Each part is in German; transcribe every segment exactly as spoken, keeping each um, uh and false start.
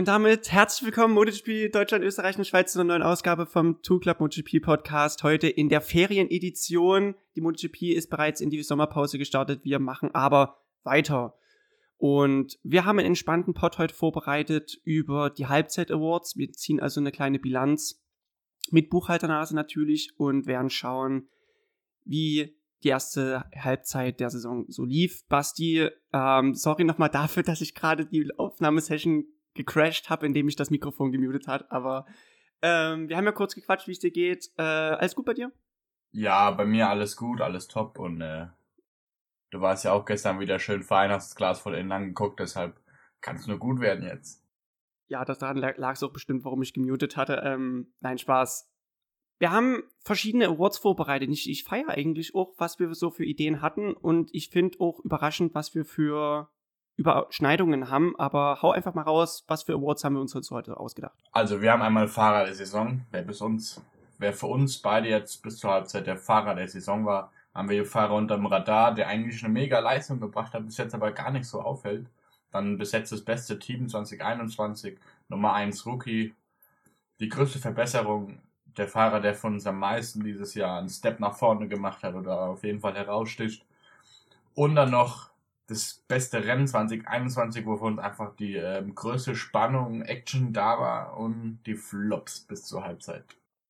Und damit herzlich willkommen MotoGP Deutschland, Österreich und Schweiz zu einer neuen Ausgabe vom Two Club MotoGP Podcast. Heute in der Ferienedition. Die MotoGP ist bereits in die Sommerpause gestartet. Wir machen aber weiter. Und wir haben einen entspannten Pod heute vorbereitet über die Halbzeit-Awards. Wir ziehen also eine kleine Bilanz mit Buchhalternase natürlich und werden schauen, wie die erste Halbzeit der Saison so lief. Basti, ähm, sorry nochmal dafür, dass ich gerade die Aufnahmesession gecrashed habe, indem ich das Mikrofon gemutet habe, aber ähm, wir haben ja kurz gequatscht, wie es dir geht. Äh, alles gut bei dir? Ja, bei mir alles gut, alles top und äh, du warst ja auch gestern wieder schön fein, hast das Glas voll innen angeguckt, deshalb kann es nur gut werden jetzt. Ja, das daran lag es auch bestimmt, warum ich gemutet hatte. Ähm, nein, Spaß. Wir haben verschiedene Awards vorbereitet. Ich, ich feiere eigentlich auch, was wir so für Ideen hatten und ich finde auch überraschend, was wir für Überschneidungen haben, aber hau einfach mal raus, was für Awards haben wir uns heute ausgedacht? Also wir haben einmal Fahrer der Saison, wer bis uns, wer für uns beide jetzt bis zur Halbzeit der Fahrer der Saison war, haben wir den Fahrer unterm Radar, der eigentlich eine mega Leistung gebracht hat, bis jetzt aber gar nicht so auffällt. Dann bis jetzt das beste Team zwanzig einundzwanzig, Nummer eins Rookie, die größte Verbesserung, der Fahrer, der von uns am meisten dieses Jahr einen Step nach vorne gemacht hat oder auf jeden Fall heraussticht. Und dann noch das beste Rennen zwanzig einundzwanzig, wo für uns einfach die ähm, größte Spannung, Action da war und die Flops bis zur Halbzeit.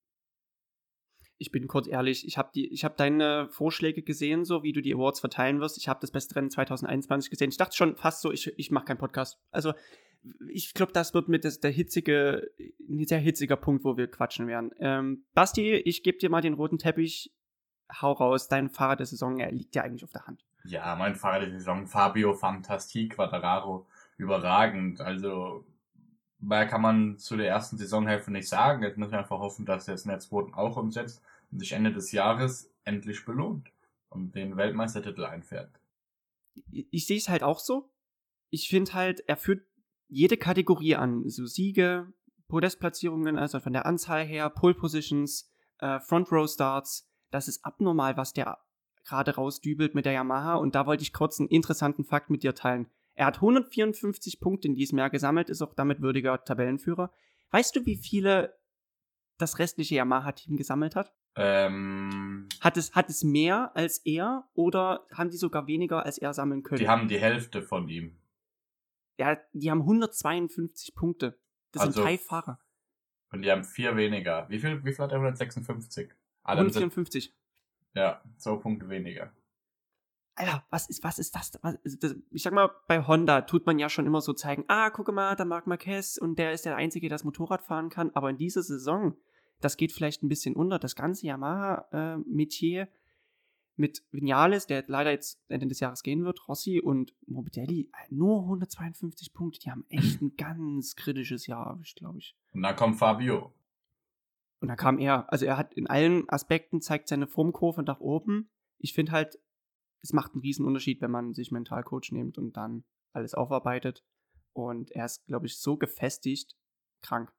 Ich bin kurz ehrlich, ich habe die, ich habe deine Vorschläge gesehen, so wie du die Awards verteilen wirst. Ich habe das beste Rennen zwanzig einundzwanzig gesehen. Ich dachte schon fast so, ich, ich mache keinen Podcast. Also ich glaube, das wird mit das, der hitzige, ein sehr hitziger Punkt, wo wir quatschen werden. Ähm, Basti, ich gebe dir mal den roten Teppich. Hau raus, dein Fahrer der Saison, er liegt ja eigentlich auf der Hand. Ja, mein Fahrer der Saison, Fabio Fantastique Quartararo, überragend. Also, mehr kann man zu der ersten Saisonhälfte nicht sagen. Jetzt müssen wir einfach hoffen, dass er das Netzboten auch umsetzt und sich Ende des Jahres endlich belohnt und den Weltmeistertitel einfährt. Ich, ich sehe es halt auch so. Ich finde halt, er führt jede Kategorie an. So Siege, Podestplatzierungen, also von der Anzahl her, Pole Positions, äh, Front Row Starts. Das ist abnormal, was der gerade rausdübelt mit der Yamaha. Und da wollte ich kurz einen interessanten Fakt mit dir teilen. Er hat hundertvierundfünfzig Punkte in diesem Jahr gesammelt, ist auch damit würdiger Tabellenführer. Weißt du, wie viele das restliche Yamaha-Team gesammelt hat? Ähm, hat es, hat es mehr als er oder haben die sogar weniger als er sammeln können? Die haben die Hälfte von ihm. Ja, die haben hundertzweiundfünfzig Punkte. Das also, sind drei Fahrer. Und die haben vier weniger. Wie viel, wie viel hat er? hundertsechsundfünfzig. Alle hundertvierundfünfzig. Ja, zwei Punkte weniger. Alter, was ist, was ist das? Was, das? Ich sag mal, bei Honda tut man ja schon immer so zeigen, ah, guck mal, da Marc Marquez und der ist der Einzige, der das Motorrad fahren kann. Aber in dieser Saison, das geht vielleicht ein bisschen unter. Das ganze Yamaha-Metier äh, mit Vinales, der leider jetzt Ende des Jahres gehen wird, Rossi und Morbidelli, nur hundertzweiundfünfzig Punkte. Die haben echt ein ganz kritisches Jahr erwischt, glaube ich. Und dann kommt Fabio. Und dann kam er. Also er hat in allen Aspekten zeigt seine Formkurve nach oben. Ich finde halt, es macht einen riesen Unterschied, wenn man sich Mentalcoach nimmt und dann alles aufarbeitet. Und er ist, glaube ich, so gefestigt, krank.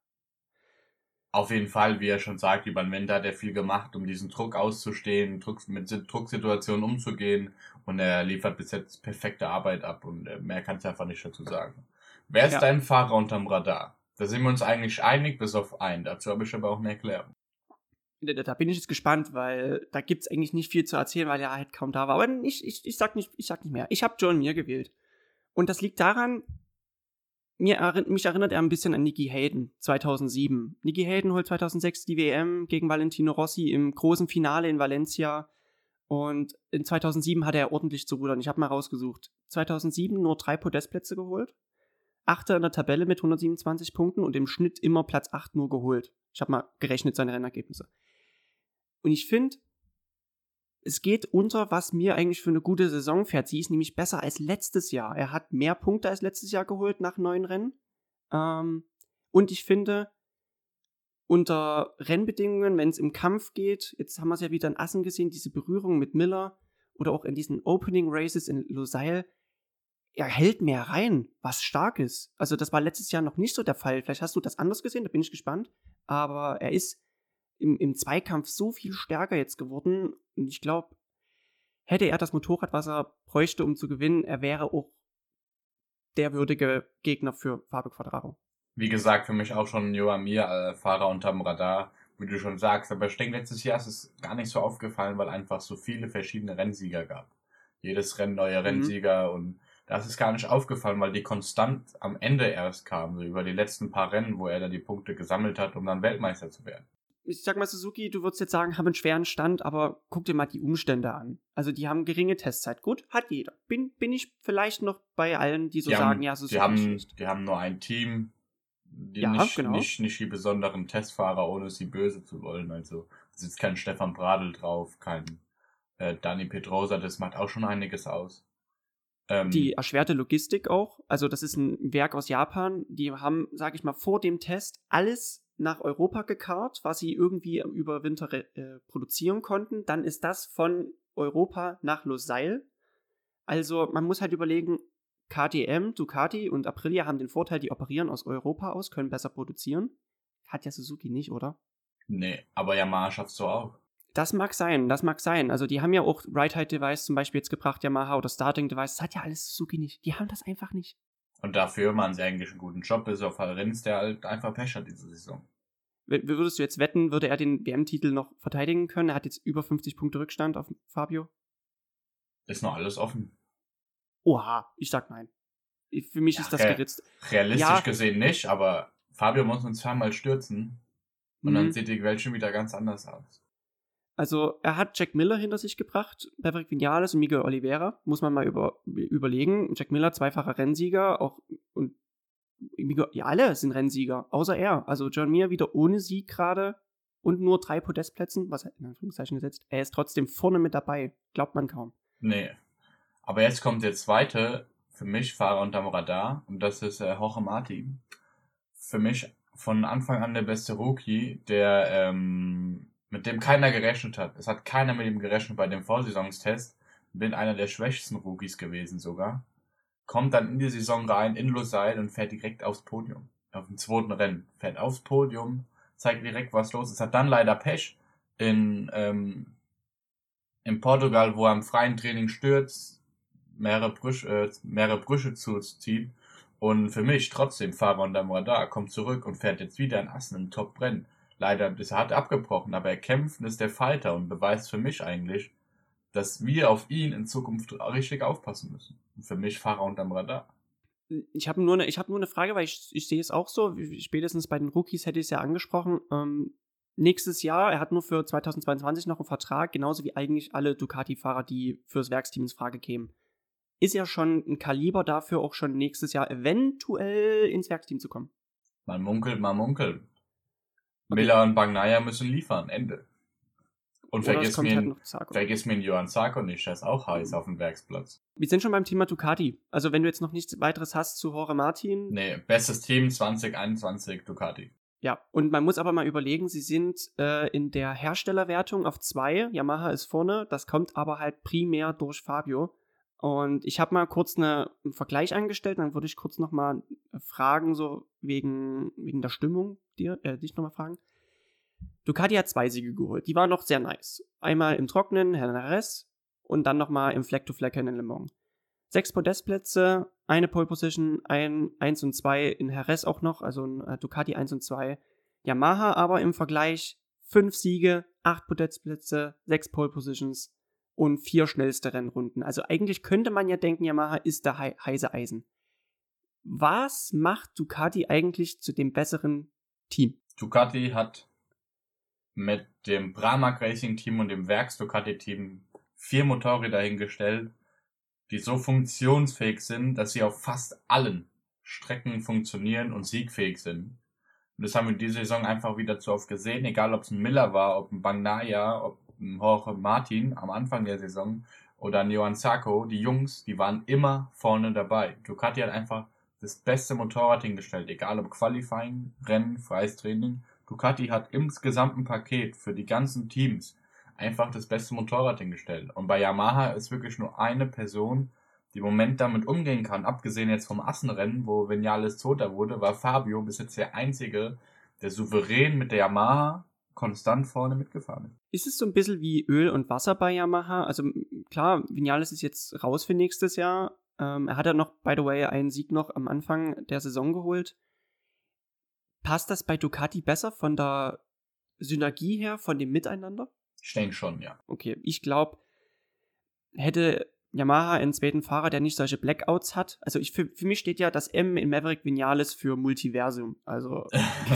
Auf jeden Fall, wie er schon sagt, über den Winter hat er viel gemacht, um diesen Druck auszustehen, Druck, mit Drucksituationen umzugehen. Und er liefert bis jetzt perfekte Arbeit ab und mehr kann ich einfach nicht dazu sagen. Wer ist ja. dein Fahrer unterm Radar? Da sind wir uns eigentlich einig, bis auf einen. Dazu habe ich aber auch eine Erklärung. Da bin ich jetzt gespannt, weil da gibt es eigentlich nicht viel zu erzählen, weil er halt kaum da war. Aber ich, ich, ich, sag, nicht, ich sag nicht mehr. Ich habe John Mir gewählt. Und das liegt daran, mir, mich erinnert er ein bisschen an Nicky Hayden zweitausendsieben. Nicky Hayden holt zweitausendsechs die W M gegen Valentino Rossi im großen Finale in Valencia. Und in zweitausendsieben hatte er ordentlich zu rudern. Ich habe mal rausgesucht. zweitausendsieben nur drei Podestplätze geholt. Achter in der Tabelle mit hundertsiebenundzwanzig Punkten und im Schnitt immer Platz acht nur geholt. Ich habe mal gerechnet seine Rennergebnisse. Und ich finde, es geht unter, was mir eigentlich für eine gute Saison fährt. Sie ist nämlich besser als letztes Jahr. Er hat mehr Punkte als letztes Jahr geholt nach neun Rennen. Ähm, und ich finde, unter Rennbedingungen, wenn es im Kampf geht, jetzt haben wir es ja wieder in Assen gesehen, diese Berührung mit Miller oder auch in diesen Opening Races in Losail, er hält mehr rein, was stark ist. Also das war letztes Jahr noch nicht so der Fall. Vielleicht hast du das anders gesehen, da bin ich gespannt. Aber er ist im, im Zweikampf so viel stärker jetzt geworden. Und ich glaube, hätte er das Motorrad, was er bräuchte, um zu gewinnen, er wäre auch der würdige Gegner für Fabio Quartararo. Wie gesagt, für mich auch schon Joan Mir, äh, Fahrer unterm Radar, wie du schon sagst. Aber ich denke, letztes Jahr ist es gar nicht so aufgefallen, weil einfach so viele verschiedene Rennsieger gab. Jedes Rennen neuer Mhm. Rennsieger und das ist gar nicht aufgefallen, weil die konstant am Ende erst kamen, so über die letzten paar Rennen, wo er dann die Punkte gesammelt hat, um dann Weltmeister zu werden. Ich sag mal, Suzuki, du würdest jetzt sagen, haben einen schweren Stand, aber guck dir mal die Umstände an. Also die haben geringe Testzeit. Gut, hat jeder. Bin, bin ich vielleicht noch bei allen, die so Die sagen, haben, ja, die Suzuki ist haben, schlecht. die haben nur ein Team, die Ja, nicht, genau. nicht, nicht die besonderen Testfahrer, ohne sie böse zu wollen. Also, es ist kein Stefan Bradl drauf, kein äh, Dani Pedrosa, das macht auch schon einiges aus. Die Ähm, erschwerte Logistik auch. Also das ist ein Werk aus Japan. Die haben, sag ich mal, vor dem Test alles nach Europa gekarrt, was sie irgendwie über Winter äh, produzieren konnten. Dann ist das von Europa nach Losail. Also man muss halt überlegen, K T M, Ducati und Aprilia haben den Vorteil, die operieren aus Europa aus, können besser produzieren. Hat ja Suzuki nicht, oder? nee, aber Yamaha schafft's so auch. Das mag sein, das mag sein. Also die haben ja auch Ride-Height-Device zum Beispiel jetzt gebracht, Yamaha, oder Starting-Device. Das hat ja alles Suzuki nicht. Die haben das einfach nicht. Und dafür machen sie eigentlich einen guten Job, bis auf Rins, der halt einfach Pech hat diese Saison. Würdest du jetzt wetten, würde er den W M-Titel noch verteidigen können? Er hat jetzt über fünfzig Punkte Rückstand auf Fabio. Ist noch alles offen. Oha, ich sag nein. Für mich Ja, ist das re geritzt. realistisch Ja, gesehen nicht, aber Fabio muss uns zweimal stürzen und dann mh, sieht die Welt schon wieder ganz anders aus. also er hat Jack Miller hinter sich gebracht, Maverick Vinales und Miguel Oliveira, muss man mal über, überlegen. Jack Miller, zweifacher Rennsieger, auch und Miguel, ja, alle sind Rennsieger, außer er. Also John Mir wieder ohne Sieg gerade und nur drei Podestplätzen, was er in Anführungszeichen gesetzt. Er ist trotzdem vorne mit dabei, glaubt man kaum. Nee. Aber jetzt kommt der zweite, für mich Fahrer unterm Radar, und das ist äh, Jorge Martin. Für mich von Anfang an der beste Rookie, der ähm, mit dem keiner gerechnet hat. Es hat keiner mit ihm gerechnet bei dem Vorsaisonstest. Bin einer der schwächsten Rookies gewesen sogar. Kommt dann in die Saison rein, in Losail und fährt direkt aufs Podium. Auf dem zweiten Rennen. Fährt aufs Podium, zeigt direkt, was los ist. Hat dann leider Pech in, ähm, in Portugal, wo er im freien Training stürzt, mehrere Brüche, äh, mehrere Brüche zuzieht. Und für mich trotzdem Fahrer unterm Radar, kommt zurück und fährt jetzt wieder in Assen im Top-Rennen. Leider ist er hart abgebrochen, aber er kämpft und ist der Fighter und beweist für mich eigentlich, dass wir auf ihn in Zukunft richtig aufpassen müssen. Und für mich Fahrer unterm Radar. Ich habe nur, ne, hab nur eine Frage, weil ich, ich sehe es auch so, spätestens bei den Rookies hätte ich es ja angesprochen. Ähm, nächstes Jahr, er hat nur für zweitausendzweiundzwanzig noch einen Vertrag, genauso wie eigentlich alle Ducati-Fahrer, die fürs Werksteam in Frage kämen. Ist ja schon ein Kaliber dafür, auch schon nächstes Jahr eventuell ins Werksteam zu kommen. Man munkelt, man munkelt. Okay. Miller und Bagnaia müssen liefern, Ende. Und Oder es vergiss kommt mir, halt ihn- noch Zarco. vergiss mir einen Johann Zarco nicht, der ist auch heiß auf dem Werksplatz. Wir sind schon beim Thema Ducati. Also wenn du jetzt noch nichts weiteres hast zu Jorge Martin. Nee, bestes Team zwanzig einundzwanzig Ducati. Ja, und man muss aber mal überlegen, sie sind äh, in der Herstellerwertung auf zwei. Yamaha ist vorne. Das kommt aber halt primär durch Fabio. Und ich habe mal kurz eine, einen Vergleich angestellt. Dann würde ich kurz nochmal fragen, so wegen, wegen der Stimmung, dir, äh, dich nochmal fragen. Ducati hat zwei Siege geholt. Die waren noch sehr nice. Einmal im Trockenen, Herrn Jerez, und dann nochmal im Fleck-to-Fleck in Le Mans. Sechs Podestplätze, eine Pole Position, ein eins und zwei in Jerez auch noch, also ein äh, Ducati eins und zwei. Yamaha aber im Vergleich fünf Siege, acht Podestplätze, sechs Pole Positions und vier schnellste Rennrunden. Also eigentlich könnte man ja denken, Yamaha ist der hei- heiße Eisen. Was macht Ducati eigentlich zu dem besseren Team? Ducati hat mit dem Pramac Racing Team und dem Werks Ducati Team vier Motorräder hingestellt, die so funktionsfähig sind, dass sie auf fast allen Strecken funktionieren und siegfähig sind. Und das haben wir diese Saison einfach wieder zu oft gesehen, egal ob es ein Miller war, ob ein Bagnaia, ob ein Jorge Martin am Anfang der Saison oder ein Johann Zarco, die Jungs, die waren immer vorne dabei. Ducati hat einfach das beste Motorrad hingestellt, egal ob Qualifying, Rennen, freies Training. Ducati hat im gesamten Paket für die ganzen Teams einfach das beste Motorrad hingestellt. Und bei Yamaha ist wirklich nur eine Person, die im Moment damit umgehen kann. Abgesehen jetzt vom Assenrennen, wo Vinales Zweiter wurde, war Fabio bis jetzt der Einzige, der souverän mit der Yamaha konstant vorne mitgefahren ist. Ist es so ein bisschen wie Öl und Wasser bei Yamaha? Also m- klar, Vinales ist jetzt raus für nächstes Jahr. Ähm, er hat ja noch, by the way, einen Sieg noch am Anfang der Saison geholt. passt das bei Ducati besser von der Synergie her, von dem Miteinander? Ich denke schon, ja. Okay, ich glaube, hätte Yamaha einen zweiten Fahrer, der nicht solche Blackouts hat. Also ich, für, für mich steht ja das M in Maverick Vinales für Multiversum. Also,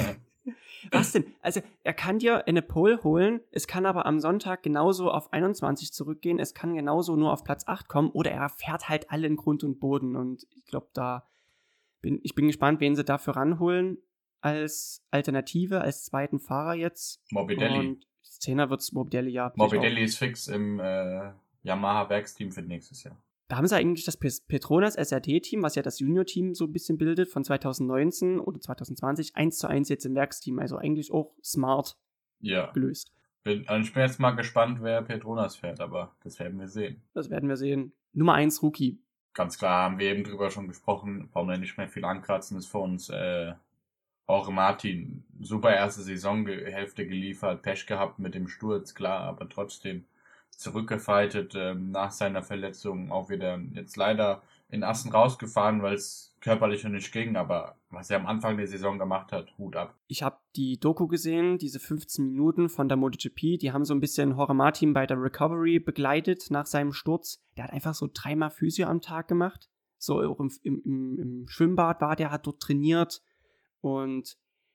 was denn? Also er kann dir eine Pole holen, es kann aber am Sonntag genauso auf einundzwanzig zurückgehen, es kann genauso nur auf Platz acht kommen oder er fährt halt alle in Grund und Boden. Und ich glaube, da bin ich bin gespannt, wen sie dafür ranholen als Alternative, als zweiten Fahrer jetzt. Morbidelli. Und Zehner wird es Morbidelli, ja. Morbidelli ist fix im äh, Yamaha-Werksteam für nächstes Jahr. Da haben sie eigentlich das Petronas S R T-Team, was ja das Junior-Team so ein bisschen bildet, von zwanzig neunzehn oder zwanzig zwanzig, eins zu eins jetzt im Werksteam. Also eigentlich auch smart ja. gelöst. Bin, also ich bin jetzt mal gespannt, wer Petronas fährt, aber das werden wir sehen. Das werden wir sehen. Nummer eins Rookie. Ganz klar, haben wir eben drüber schon gesprochen, brauchen wir nicht mehr viel ankratzen, ist für uns äh, Jorge Martin. Super erste Saisonhälfte geliefert, Pech gehabt mit dem Sturz, klar, aber trotzdem zurückgefightet ähm, nach seiner Verletzung, auch wieder jetzt leider in Assen rausgefahren, weil es körperlich noch nicht ging, aber was er am Anfang der Saison gemacht hat, Hut ab. Ich habe die Doku gesehen, diese fünfzehn Minuten von der MotoGP, die haben so ein bisschen Jorge Martin bei der Recovery begleitet nach seinem Sturz. Der hat einfach so dreimal Physio am Tag gemacht, so auch im, im, im, im Schwimmbad war der, hat dort trainiert und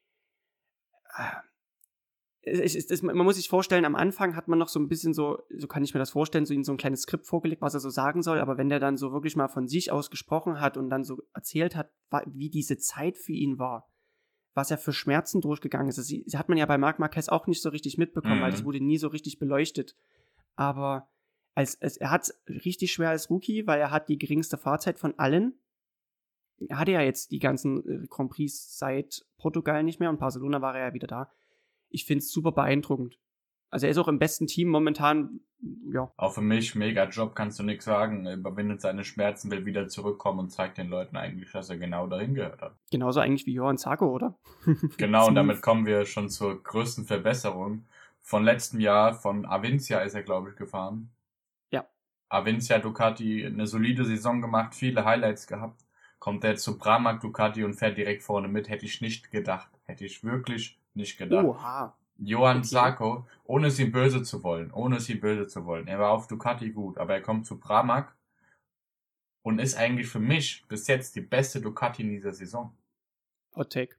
äh, Es ist, es, man muss sich vorstellen, am Anfang hat man noch so ein bisschen so, so kann ich mir das vorstellen, so ihm so ein kleines Skript vorgelegt, was er so sagen soll, aber wenn der dann so wirklich mal von sich aus gesprochen hat und dann so erzählt hat, wie diese Zeit für ihn war, was er für Schmerzen durchgegangen ist, das hat man ja bei Marc Marquez auch nicht so richtig mitbekommen, mhm. weil das wurde nie so richtig beleuchtet, aber als, als, er hat es richtig schwer als Rookie, weil er hat die geringste Fahrzeit von allen. Er hatte ja jetzt die ganzen Grand Prix seit Portugal nicht mehr und Barcelona war er ja wieder da. Ich finde es super beeindruckend. Also er ist auch im besten Team momentan, ja. Auch für mich, mega Job, kannst du nichts sagen. Er überwindet seine Schmerzen, will wieder zurückkommen und zeigt den Leuten eigentlich, dass er genau dahin gehört hat. Genauso eigentlich wie Johann Zarco, oder? Genau, und damit kommen wir schon zur größten Verbesserung. Von letztem Jahr, von Avincia ist er, glaube ich, gefahren. Ja. Avincia Ducati, eine solide Saison gemacht, viele Highlights gehabt. Kommt er zu Pramac Ducati und fährt direkt vorne mit, hätte ich nicht gedacht. Hätte ich wirklich nicht gedacht. Oha. Johann Okay. Zarco, ohne sie böse zu wollen, ohne sie böse zu wollen. Er war auf Ducati gut, aber er kommt zu Pramac und ist eigentlich für mich bis jetzt die beste Ducati in dieser Saison. Hot Take.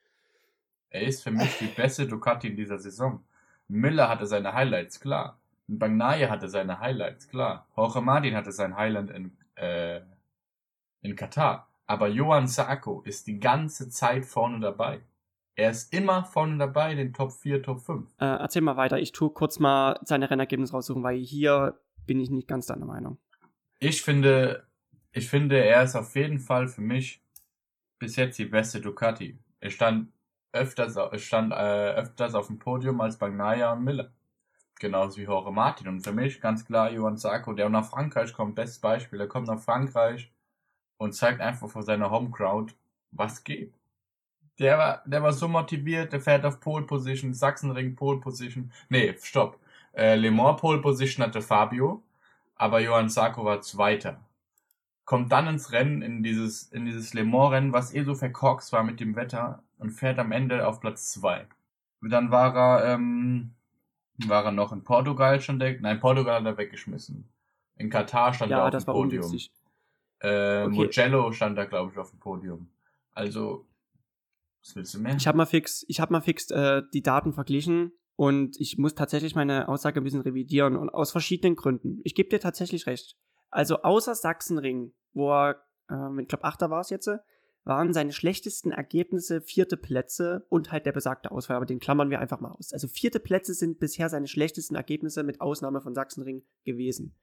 Er ist für mich die beste Ducati in dieser Saison. Miller hatte seine Highlights, klar. Bagnaia hatte seine Highlights, klar. Jorge Martin hatte sein Highlight in, äh, in Katar. Aber Johann Zarco ist die ganze Zeit vorne dabei. Er ist immer vorne dabei in den Top vier, Top fünf. Äh, erzähl mal weiter. Ich tue kurz mal seine Rennergebnisse raussuchen, weil hier bin ich nicht ganz deiner Meinung. Ich finde, ich finde, er ist auf jeden Fall für mich bis jetzt die beste Ducati. Er stand öfters, er stand äh, öfters auf dem Podium als Bagnaia und Miller. Genauso wie Jorge Martin. Und für mich ganz klar Johann Zarco, der nach Frankreich kommt, bestes Beispiel. Er kommt nach Frankreich und zeigt einfach vor seiner Homecrowd, was geht. Der war, der war so motiviert, der fährt auf Pole Position, Sachsenring Pole Position. Nee, stopp. Äh, Le Mans Pole Position hatte Fabio, aber Johann Zarco war Zweiter. Kommt dann ins Rennen, in dieses, in dieses Le Mans Rennen, was eh so verkorkst war mit dem Wetter und fährt am Ende auf Platz zwei. Und dann war er, ähm, war er noch in Portugal schon, der, nein, Portugal hat er weggeschmissen. In Katar stand ja, er auf das dem war Podium. Ungünstig. Äh, Okay. Mugello stand da, glaube ich, auf dem Podium. Also, was willst du mehr? Ich habe mal fix, ich habe mal fix äh, die Daten verglichen und ich muss tatsächlich meine Aussage ein bisschen revidieren und aus verschiedenen Gründen. Ich gebe dir tatsächlich recht. Also außer Sachsenring, wo er, äh, ich glaube Achter war es jetzt, waren seine schlechtesten Ergebnisse vierte Plätze und halt der besagte Ausfall, aber den klammern wir einfach mal aus. Also vierte Plätze sind bisher seine schlechtesten Ergebnisse mit Ausnahme von Sachsenring gewesen.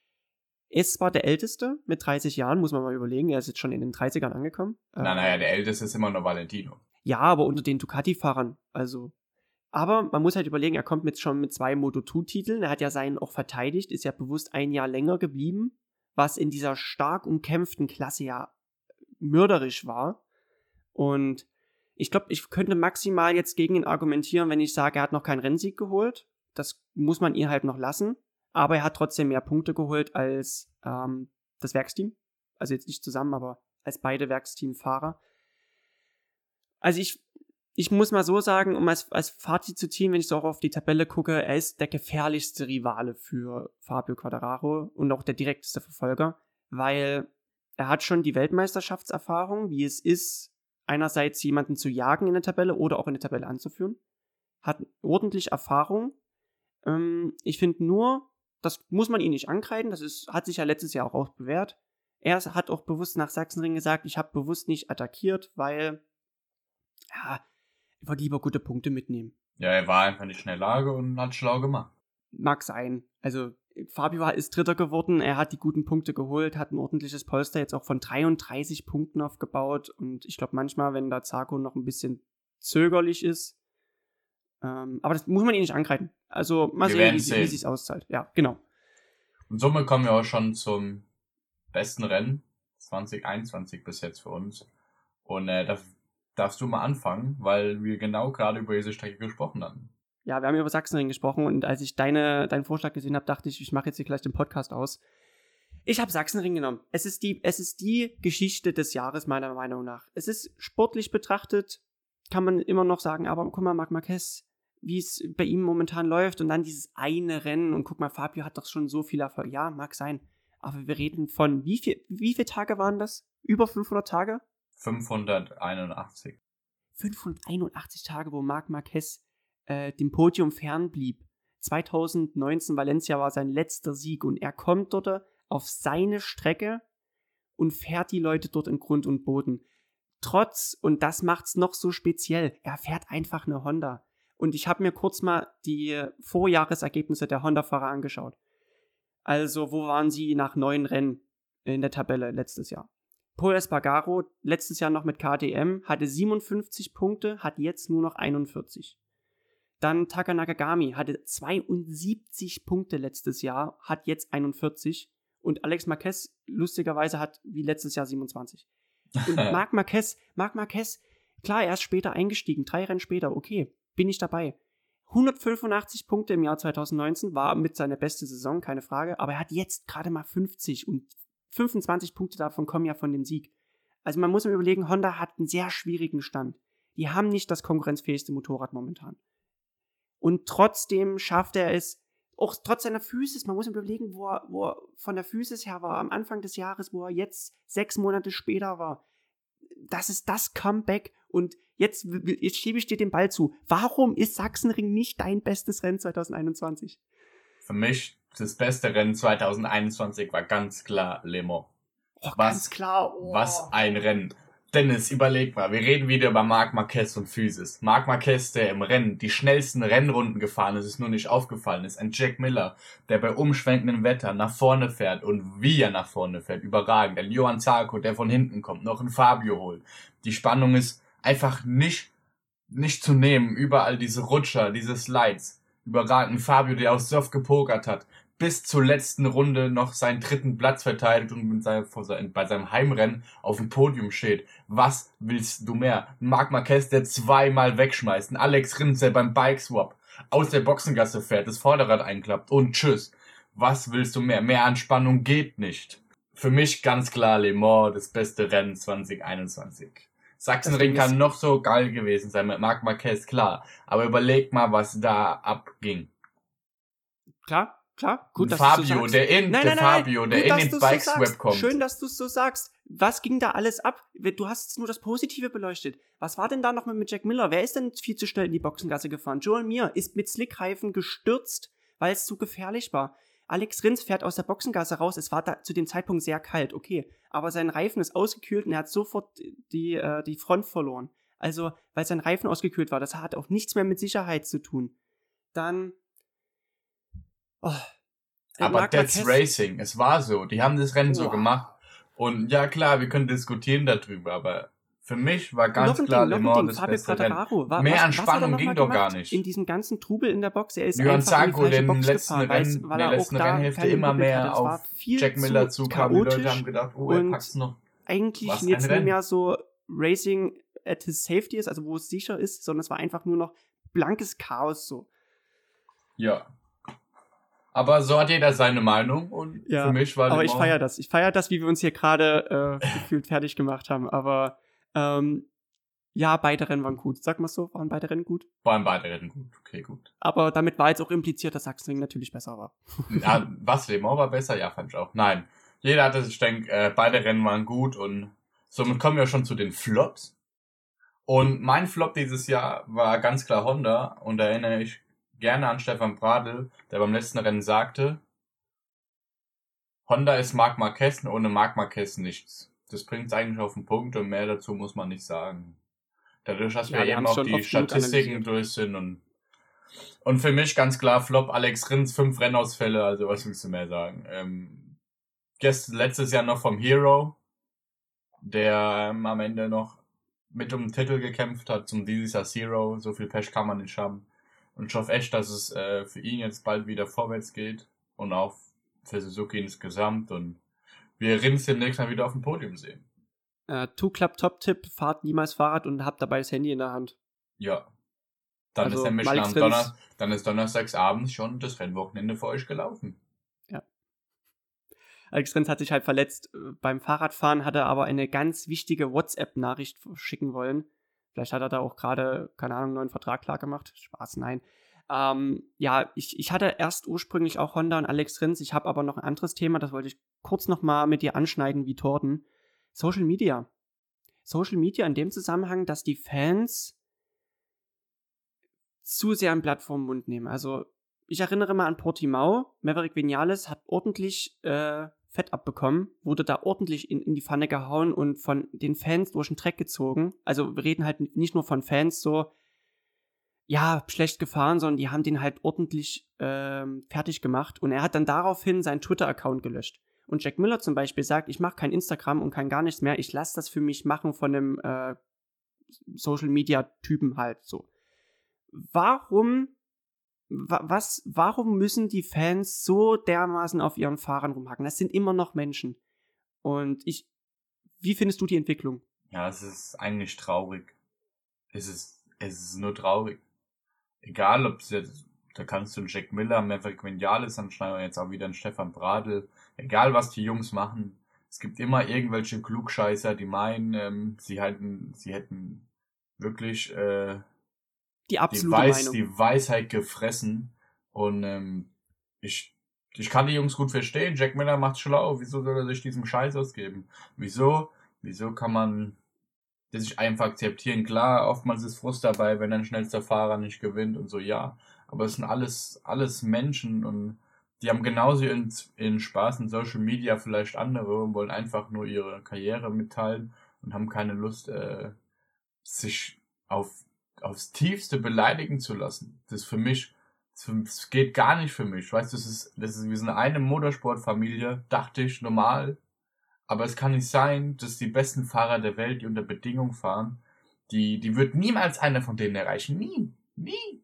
Er ist zwar der Älteste mit dreißig Jahren, muss man mal überlegen, er ist jetzt schon in den dreißigern angekommen. Nein, naja, der Älteste ist immer noch Valentino. Ja, aber unter den Ducati-Fahrern, also. Aber man muss halt überlegen, er kommt jetzt schon mit zwei Moto zwei Titeln, er hat ja seinen auch verteidigt, ist ja bewusst ein Jahr länger geblieben, was in dieser stark umkämpften Klasse ja mörderisch war. Und ich glaube, ich könnte maximal jetzt gegen ihn argumentieren, wenn ich sage, er hat noch keinen Rennsieg geholt. Das muss man ihr halt noch lassen. Aber er hat trotzdem mehr Punkte geholt als ähm, das Werksteam. Also jetzt nicht zusammen, aber als beide Werksteamfahrer. Also ich, ich muss mal so sagen, um als, als Fazit zu ziehen, wenn ich so auch auf die Tabelle gucke, er ist der gefährlichste Rivale für Fabio Quartararo und auch der direkteste Verfolger, weil er hat schon die Weltmeisterschaftserfahrung, wie es ist, einerseits jemanden zu jagen in der Tabelle oder auch in der Tabelle anzuführen, hat ordentlich Erfahrung. Ähm, ich finde nur, das muss man ihn nicht ankreiden, das ist, hat sich ja letztes Jahr auch, auch bewährt. Er hat auch bewusst nach Sachsenring gesagt, ich habe bewusst nicht attackiert, weil ja, ich wollte lieber gute Punkte mitnehmen. Ja, er war einfach nicht in der Lage und hat schlau gemacht. Mag sein. Also Fabio ist Dritter geworden, er hat die guten Punkte geholt, hat ein ordentliches Polster jetzt auch von dreiunddreißig Punkten aufgebaut und ich glaube manchmal, wenn da Zarco noch ein bisschen zögerlich ist, ähm, aber das muss man ihn nicht ankreiden. Also mal Wir sehen, werden wie, sehen. wie sich's auszahlt. Ja, genau. Und somit kommen wir auch schon zum besten Rennen zwanzig einundzwanzig bis jetzt für uns. Und äh, da darfst du mal anfangen, weil wir genau gerade über diese Strecke gesprochen hatten. Ja, wir haben über Sachsenring gesprochen und als ich deine, deinen Vorschlag gesehen habe, dachte ich, ich mache jetzt hier gleich den Podcast aus. Ich habe Sachsenring genommen. Es ist die, es ist die Geschichte des Jahres, meiner Meinung nach. Es ist sportlich betrachtet, kann man immer noch sagen, aber guck mal, Marc Marquez, wie es bei ihm momentan läuft und dann dieses eine Rennen und guck mal, Fabio hat doch schon so viel Erfolg. Ja, mag sein, aber wir reden von, wie viel, wie viele Tage waren das? Über fünfhundert Tage? fünfhunderteinundachtzig. fünfhunderteinundachtzig Tage, wo Marc Marquez äh, dem Podium fernblieb. zweitausendneunzehn Valencia war sein letzter Sieg und er kommt dort auf seine Strecke und fährt die Leute dort in Grund und Boden. Trotz, und das macht's noch so speziell, er fährt einfach eine Honda. Und ich habe mir kurz mal die Vorjahresergebnisse der Honda-Fahrer angeschaut. Also, wo waren sie nach neun Rennen in der Tabelle letztes Jahr? Pol Espargaro, letztes Jahr noch mit K T M, hatte siebenundfünfzig Punkte, hat jetzt nur noch einundvierzig. Dann Taka Nakagami hatte zweiundsiebzig Punkte letztes Jahr, hat jetzt einundvierzig. Und Alex Marquez, lustigerweise, hat wie letztes Jahr siebenundzwanzig. Und Marc Marquez, Marc Marquez, klar, er ist später eingestiegen, drei Rennen später, okay, bin ich dabei. hundertfünfundachtzig Punkte im Jahr zweitausendneunzehn, war mit seiner beste Saison, keine Frage, aber er hat jetzt gerade mal fünfzig und fünfundzwanzig Punkte davon kommen ja von dem Sieg. Also man muss sich überlegen, Honda hat einen sehr schwierigen Stand. Die haben nicht das konkurrenzfähigste Motorrad momentan. Und trotzdem schafft er es, auch trotz seiner Physis, man muss sich überlegen, wo er, wo er von der Physis her war, am Anfang des Jahres, wo er jetzt sechs Monate später war. Das ist das Comeback und jetzt, jetzt schiebe ich dir den Ball zu. Warum ist Sachsenring nicht dein bestes Rennen zwanzig einundzwanzig? Für mich das beste Rennen zwanzig einundzwanzig war ganz klar Le Mans. Oh, was, ganz klar. Oh. Was ein Rennen. Dennis, überleg mal, wir reden wieder über Marc Marquez und Physis. Marc Marquez, der im Rennen die schnellsten Rennrunden gefahren ist, ist nur nicht aufgefallen ist. Ein Jack Miller, der bei umschwenkendem Wetter nach vorne fährt und wie er nach vorne fährt, überragend. Ein Johann Zarco, der von hinten kommt, noch ein Fabio holt. Die Spannung ist einfach nicht, nicht zu nehmen. Überall diese Rutscher, diese Slides. Überragend. Fabio, der aus Soft gepokert hat, bis zur letzten Runde noch seinen dritten Platz verteidigt und mit seinem, bei seinem Heimrennen auf dem Podium steht. Was willst du mehr? Marc Marquez, der zweimal wegschmeißt. Ein Alex Rins, der beim Bikeswap aus der Boxengasse fährt, das Vorderrad einklappt und tschüss. Was willst du mehr? Mehr Anspannung geht nicht. Für mich ganz klar Le Mans, das beste Rennen zwanzig einundzwanzig. Sachsenring kann noch so geil gewesen sein mit Marc Marquez, klar. Aber überleg mal, was da abging. Klar. Klar, gut, dass Fabio, du so sagst. der in, nein, der nein, Fabio, nein, der gut, in den Bikeswap so kommt. Schön, dass du es so sagst. Was ging da alles ab? Du hast jetzt nur das Positive beleuchtet. Was war denn da noch mit Jack Miller? Wer ist denn viel zu schnell in die Boxengasse gefahren? Joel Mir ist mit Slickreifen gestürzt, weil es zu gefährlich war. Alex Rins fährt aus der Boxengasse raus. Es war da zu dem Zeitpunkt sehr kalt, okay. Aber sein Reifen ist ausgekühlt und er hat sofort die, äh, die Front verloren. Also, weil sein Reifen ausgekühlt war. Das hat auch nichts mehr mit Sicherheit zu tun. Dann... Oh... Aber that's Racing, es war so. Die haben das Rennen oh. so gemacht. Und ja klar, wir können diskutieren darüber, aber für mich war ganz noch klar Ding, Le Mans das beste Rennen. War, Mehr was, an Spannung ging doch gar nicht. In diesem ganzen Trubel in der Box, er ist Johann einfach Zarco, in die falsche den Box letzten gefahren, Rennen, weil, weil der er letzten auch Rennhälfte immer mehr auf Jack Miller zukam. Die Leute haben gedacht, oh, er packt's noch. Eigentlich Was jetzt ein nicht Rennen. mehr so Racing at his safety ist, also wo es sicher ist, sondern es war einfach nur noch blankes Chaos so. Ja. Aber so hat jeder seine Meinung und ja, für mich war aber ich feiere das. Ich feiere das, wie wir uns hier gerade äh, gefühlt fertig gemacht haben. Aber ähm, Ja, beide Rennen waren gut. Sag mal so, waren beide Rennen gut? Waren beide Rennen gut, okay, gut. Aber damit war jetzt auch impliziert, dass Sachsenring natürlich besser war. Ja, was Le Mans war besser? Ja, fand ich auch. Nein, jeder hatte, ich denke, äh, beide Rennen waren gut und somit kommen wir schon zu den Flops. Und mein Flop dieses Jahr war ganz klar Honda und da erinnere ich gerne an Stefan Bradl, der beim letzten Rennen sagte, Honda ist Marc Marquez und ohne Marc Marquez nichts. Das bringt es eigentlich auf den Punkt und mehr dazu muss man nicht sagen. Dadurch, dass Ja, wir wir eben haben's auch schon die oft genug Statistiken analysiert. durch sind und und für mich ganz klar Flop Alex Rins, fünf Rennausfälle, also was willst du mehr sagen? Ähm, gest, letztes Jahr noch vom Hero, der ähm, am Ende noch mit um den Titel gekämpft hat, zum dieses Jahr Zero, so viel Pech kann man nicht haben. Und ich hoffe echt, dass es äh, für ihn jetzt bald wieder vorwärts geht und auch für Suzuki insgesamt und wir Rins demnächst mal wieder auf dem Podium sehen. Äh, Two-Club-Top-Tipp, fahrt niemals Fahrrad und habt dabei das Handy in der Hand. Ja. Dann Also, ist nämlich Alex am Rins- Donner, dann ist donnerstags abends schon das Rennwochenende für euch gelaufen. Ja. Alex Rins hat sich halt verletzt. Äh, Beim Fahrradfahren hat er aber eine ganz wichtige WhatsApp-Nachricht schicken wollen. Vielleicht hat er da auch gerade, keine Ahnung, einen neuen Vertrag klar gemacht. Spaß, nein. Ähm, ja, ich, ich hatte erst ursprünglich auch Honda und Alex Rins. Ich habe aber noch ein anderes Thema, das wollte ich kurz nochmal mit dir anschneiden, wie Torten. Social Media. Social Media in dem Zusammenhang, dass die Fans zu sehr ein Blatt vom Mund nehmen. Also, ich erinnere mal an Portimao. Maverick Vinales hat ordentlich äh, Fett abbekommen, wurde da ordentlich in, in die Pfanne gehauen und von den Fans durch den Dreck gezogen. Also, wir reden halt nicht nur von Fans so, ja, schlecht gefahren, sondern die haben den halt ordentlich ähm, fertig gemacht. Und er hat dann daraufhin seinen Twitter-Account gelöscht. Und Jack Miller zum Beispiel sagt, ich mache kein Instagram und kein gar nichts mehr. Ich lasse das für mich machen von einem äh, Social-Media-Typen halt so. Warum, wa, was, warum müssen die Fans so dermaßen auf ihren Fahrern rumhacken? Das sind immer noch Menschen. Und ich, wie findest du die Entwicklung? Ja, es ist eigentlich traurig. Es ist, es ist nur traurig. Egal, ob es jetzt, da kannst du einen Jack Miller, Maverick Vinales anschneiden oder jetzt auch wieder einen Stefan Bradl. Egal, was die Jungs machen. Es gibt immer irgendwelche Klugscheißer, die meinen, ähm, sie hätten, sie hätten wirklich, äh, Die die, absolute Weiß, Meinung. die Weisheit gefressen. Und ähm, ich, ich kann die Jungs gut verstehen. Jack Miller macht schlau. Wieso soll er sich diesem Scheiß ausgeben? Wieso? Wieso kann man das sich einfach akzeptieren? Klar, oftmals ist Frust dabei, wenn ein schnellster Fahrer nicht gewinnt und so, ja. Aber es sind alles, alles Menschen und die haben genauso in, in Spaß in Social Media vielleicht andere und wollen einfach nur ihre Karriere mitteilen und haben keine Lust, äh, sich auf, aufs Tiefste beleidigen zu lassen. Das ist für mich, das geht gar nicht für mich. Weißt du, das ist, das ist, wir sind eine Motorsportfamilie, dachte ich, normal. Aber es kann nicht sein, dass die besten Fahrer der Welt, die unter Bedingungen fahren, die, die wird niemals einer von denen erreichen. Nie. Nie.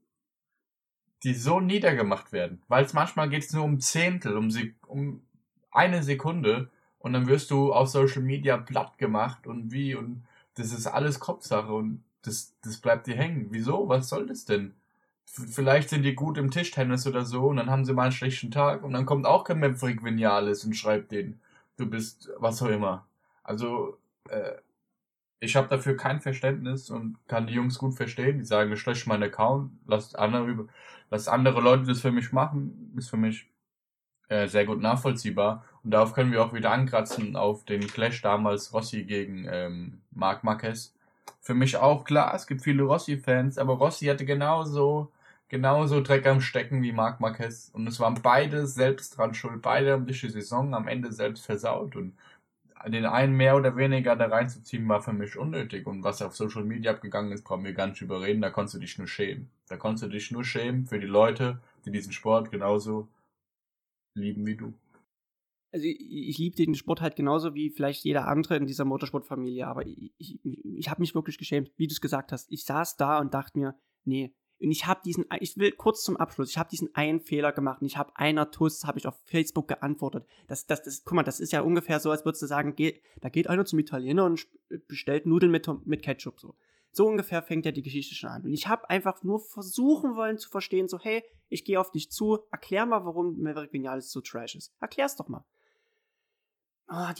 Die so niedergemacht werden. Weil es manchmal geht es nur um Zehntel, um, um eine Sekunde und dann wirst du auf Social Media platt gemacht und wie und das ist alles Kopfsache und das, das bleibt dir hängen. Wieso? Was soll das denn? F- Vielleicht sind die gut im Tischtennis oder so und dann haben sie mal einen schlechten Tag und dann kommt auch kein Maverick Vinales und schreibt den, du bist was auch immer. Also, äh, ich habe dafür kein Verständnis und kann die Jungs gut verstehen. Die sagen, ich lösche meinen Account, lasst andere, über- lasst andere Leute das für mich machen, ist für mich äh, sehr gut nachvollziehbar. Und darauf können wir auch wieder ankratzen auf den Clash damals Rossi gegen ähm, Marc Marquez. Für mich auch klar, es gibt viele Rossi-Fans, aber Rossi hatte genauso genauso Dreck am Stecken wie Marc Marquez. Und es waren beide selbst dran schuld. Beide haben sich die Saison am Ende selbst versaut. Und den einen mehr oder weniger da reinzuziehen, war für mich unnötig. Und was auf Social Media abgegangen ist, brauchen wir gar nicht überreden. Da konntest du dich nur schämen. Da konntest du dich nur schämen für die Leute, die diesen Sport genauso lieben wie du. Also ich, ich liebe den Sport halt genauso wie vielleicht jeder andere in dieser Motorsportfamilie, aber ich, ich, ich habe mich wirklich geschämt, wie du es gesagt hast. Ich saß da und dachte mir, nee, und ich habe diesen, ich will kurz zum Abschluss, ich habe diesen einen Fehler gemacht und ich habe einer Tuss, habe ich auf Facebook geantwortet. Das, das, das, guck mal, das ist ja ungefähr so, als würdest du sagen, geh, da geht einer zum Italiener und bestellt Nudeln mit, mit Ketchup, so. So ungefähr fängt ja die Geschichte schon an. Und ich habe einfach nur versuchen wollen zu verstehen, so, hey, ich gehe auf dich zu, erklär mal, warum Maverick Vinales so trash ist. Erklär's doch mal. Oh, die hat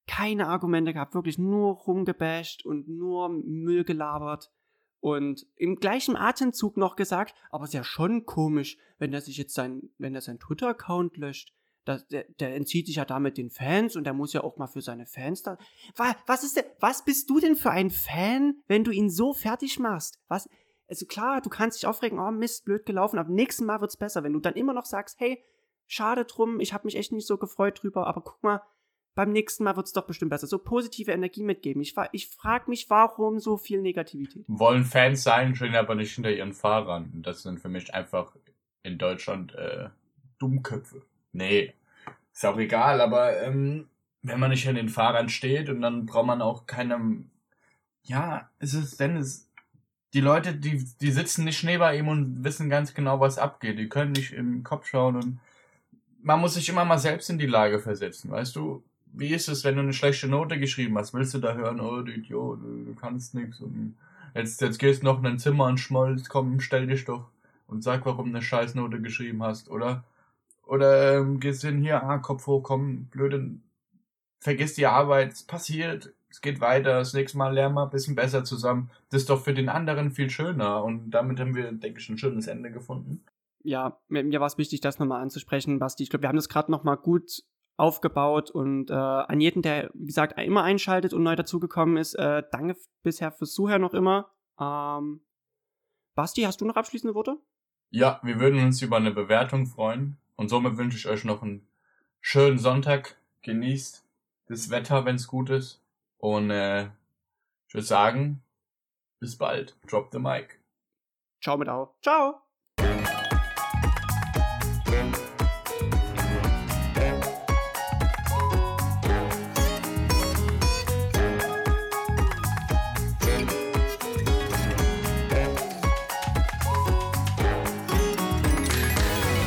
keine Argumente gehabt, wirklich nur rumgebasht und nur Müll gelabert. Und im gleichen Atemzug noch gesagt, aber es ist ja schon komisch, wenn er sich jetzt sein, wenn er seinen Twitter-Account löscht. Das, der, der entzieht sich ja damit den Fans und der muss ja auch mal für seine Fans da. Was, was ist denn, was bist du denn für ein Fan, wenn du ihn so fertig machst? Was? Also klar, du kannst dich aufregen, oh Mist, blöd gelaufen, aber nächsten Mal wird's besser, wenn du dann immer noch sagst, hey, schade drum, ich habe mich echt nicht so gefreut drüber, aber guck mal, beim nächsten Mal wird's doch bestimmt besser. So positive Energie mitgeben. Ich, ich frage mich, warum so viel Negativität? Wollen Fans sein, stehen aber nicht hinter ihren Fahrern. Und das sind für mich einfach in Deutschland äh, Dummköpfe. Nee, ist auch egal, aber ähm, wenn man nicht hinter den Fahrern steht und dann braucht man auch keinem... Ja, es ist denn es... Die Leute, die, die sitzen nicht neben ihm und wissen ganz genau, was abgeht. Die können nicht im Kopf schauen und man muss sich immer mal selbst in die Lage versetzen, weißt du? Wie ist es, wenn du eine schlechte Note geschrieben hast? Willst du da hören, oh, du Idiot, du, du kannst nichts und jetzt, jetzt gehst du noch in dein Zimmer und schmolz, komm, stell dich doch und sag, warum du eine Scheißnote geschrieben hast, oder? Oder ähm, gehst hin hier, ah, Kopf hoch, komm, blöde, vergiss die Arbeit, es passiert, es geht weiter, das nächste Mal lernen wir ein bisschen besser zusammen. Das ist doch für den anderen viel schöner und damit haben wir, denke ich, ein schönes Ende gefunden. Ja, mir, mir war es wichtig, das nochmal anzusprechen, Basti. Ich glaube, wir haben das gerade nochmal gut aufgebaut und äh, an jeden, der, wie gesagt, immer einschaltet und neu dazugekommen ist, äh, danke bisher fürs Zuhören noch immer. Ähm, Basti, hast du noch abschließende Worte? Ja, wir würden uns über eine Bewertung freuen und somit wünsche ich euch noch einen schönen Sonntag. Genießt das Wetter, wenn es gut ist und äh, ich würde sagen, bis bald. Drop the mic. Ciao mit Au. Ciao.